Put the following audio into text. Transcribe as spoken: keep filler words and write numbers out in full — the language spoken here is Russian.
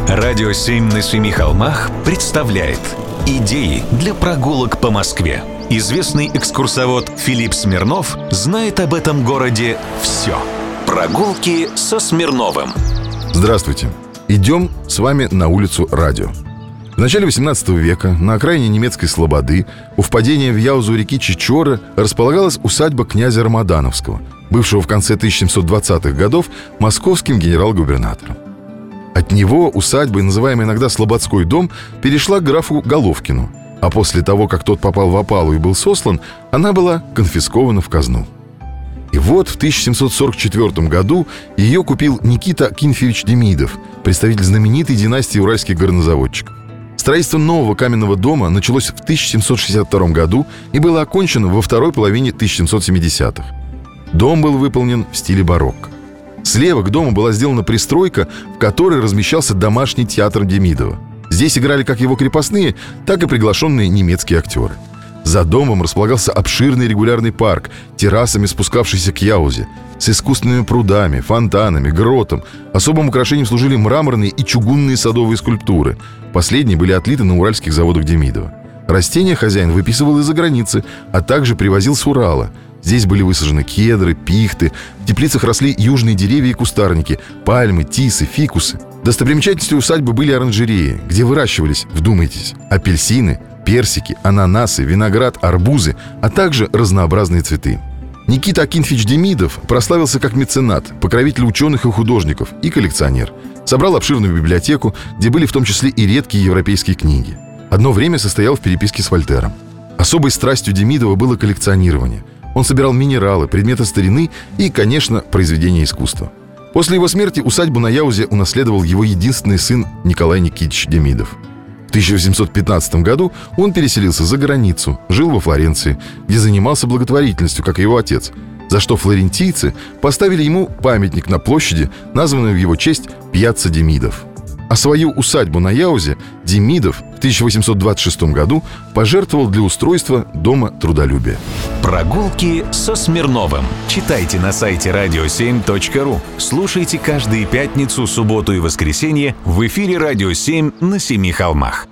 Радио семь на семи холмах представляет идеи для прогулок по Москве. Известный экскурсовод Филипп Смирнов знает об этом городе все. Прогулки со Смирновым. Здравствуйте. Идем с вами на улицу Радио. В начале восемнадцатого века на окраине немецкой Слободы у впадения в Яузу реки Чечора располагалась усадьба князя Рамадановского, бывшего в конце тысяча семьсот двадцатых годов московским генерал-губернатором. От него усадьба, называемая иногда Слободской дом, перешла к графу Головкину, а после того, как тот попал в опалу и был сослан, она была конфискована в казну. И вот в тысяча семьсот сорок четвёртом году ее купил Никита Акинфеевич Демидов, представитель знаменитой династии уральских горнозаводчиков. Строительство нового каменного дома началось в тысяча семьсот шестьдесят втором году и было окончено во второй половине тысяча семьсот семидесятых. Дом был выполнен в стиле барокко. Слева к дому была сделана пристройка, в которой размещался домашний театр Демидова. Здесь играли как его крепостные, так и приглашенные немецкие актеры. За домом располагался обширный регулярный парк, террасами спускавшийся к Яузе, с искусственными прудами, фонтанами, гротом. Особым украшением служили мраморные и чугунные садовые скульптуры. Последние были отлиты на уральских заводах Демидова. Растения хозяин выписывал из-за границы, а также привозил с Урала. Здесь были высажены кедры, пихты. В теплицах росли южные деревья и кустарники, пальмы, тисы, фикусы. Достопримечательностью усадьбы были оранжереи, где выращивались, вдумайтесь, апельсины, персики, ананасы, виноград, арбузы, а также разнообразные цветы. Никита Акинфеевич Демидов прославился как меценат, покровитель ученых и художников и коллекционер. Собрал обширную библиотеку, где были в том числе и редкие европейские книги. Одно время состоял в переписке с Вольтером. Особой страстью Демидова было коллекционирование. Он собирал минералы, предметы старины и, конечно, произведения искусства. После его смерти усадьбу на Яузе унаследовал его единственный сын Николай Никитич Демидов. В тысяча восемьсот пятнадцатом году он переселился за границу, жил во Флоренции, где занимался благотворительностью, как и его отец, за что флорентийцы поставили ему памятник на площади, названную в его честь Пьяцца Демидов. А свою усадьбу на Яузе Демидов в тысяча восемьсот двадцать шестом году пожертвовал для устройства Дома трудолюбия. Прогулки со Смирновым. Читайте на сайте радио семь точка ру. Слушайте каждые пятницу, субботу и воскресенье в эфире «Радио семь» на Семи холмах.